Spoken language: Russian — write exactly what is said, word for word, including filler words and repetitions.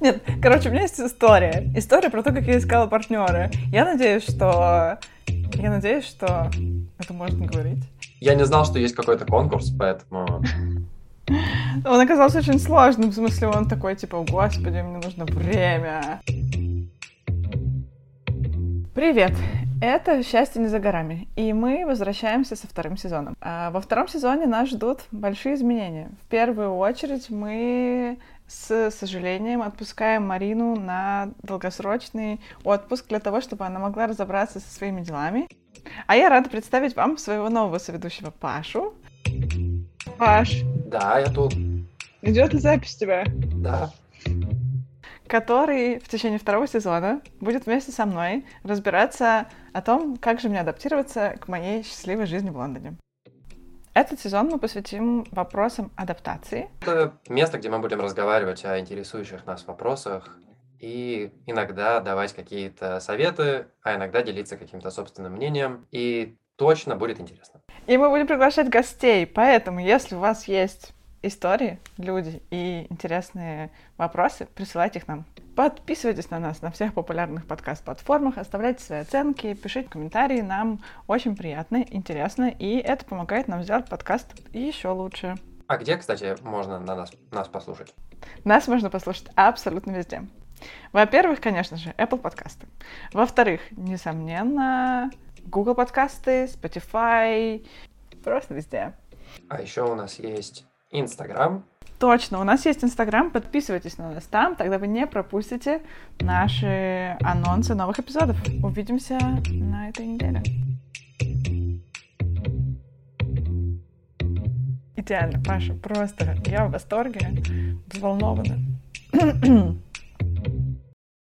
Нет, короче, у меня есть история. История про то, как я искала партнера. Я надеюсь, что... Я надеюсь, что это можно говорить. Я не знал, что есть какой-то конкурс, поэтому... Он оказался очень сложным, в смысле, он такой, типа, господи, мне нужно время. Привет! Это «Счастье не за горами», и мы возвращаемся со вторым сезоном. А во втором сезоне нас ждут большие изменения. В первую очередь мы с сожалением отпускаем Марину на долгосрочный отпуск для того, чтобы она могла разобраться со своими делами. А я рада представить вам своего нового соведущего Пашу. Паш. Да, я тут. Идет ли запись у тебя? Да. Который в течение второго сезона будет вместе со мной разбираться о том, как же мне адаптироваться к моей счастливой жизни в Лондоне. Этот сезон мы посвятим вопросам адаптации. Это место, где мы будем разговаривать о интересующих нас вопросах и иногда давать какие-то советы, а иногда делиться каким-то собственным мнением. И точно будет интересно. И мы будем приглашать гостей, поэтому если у вас есть истории, люди и интересные вопросы, присылайте их нам. Подписывайтесь на нас на всех популярных подкаст-платформах, оставляйте свои оценки, пишите комментарии, нам очень приятно, интересно, и это помогает нам сделать подкаст еще лучше. А где, кстати, можно на нас, нас послушать? Нас можно послушать абсолютно везде. Во-первых, конечно же, Apple подкасты. Во-вторых, несомненно, Google подкасты, Spotify, просто везде. А еще у нас есть Инстаграм. Точно, у нас есть Инстаграм, подписывайтесь на нас там, тогда вы не пропустите наши анонсы новых эпизодов. Увидимся на этой неделе. Идеально, Паша, просто я в восторге, взволнована.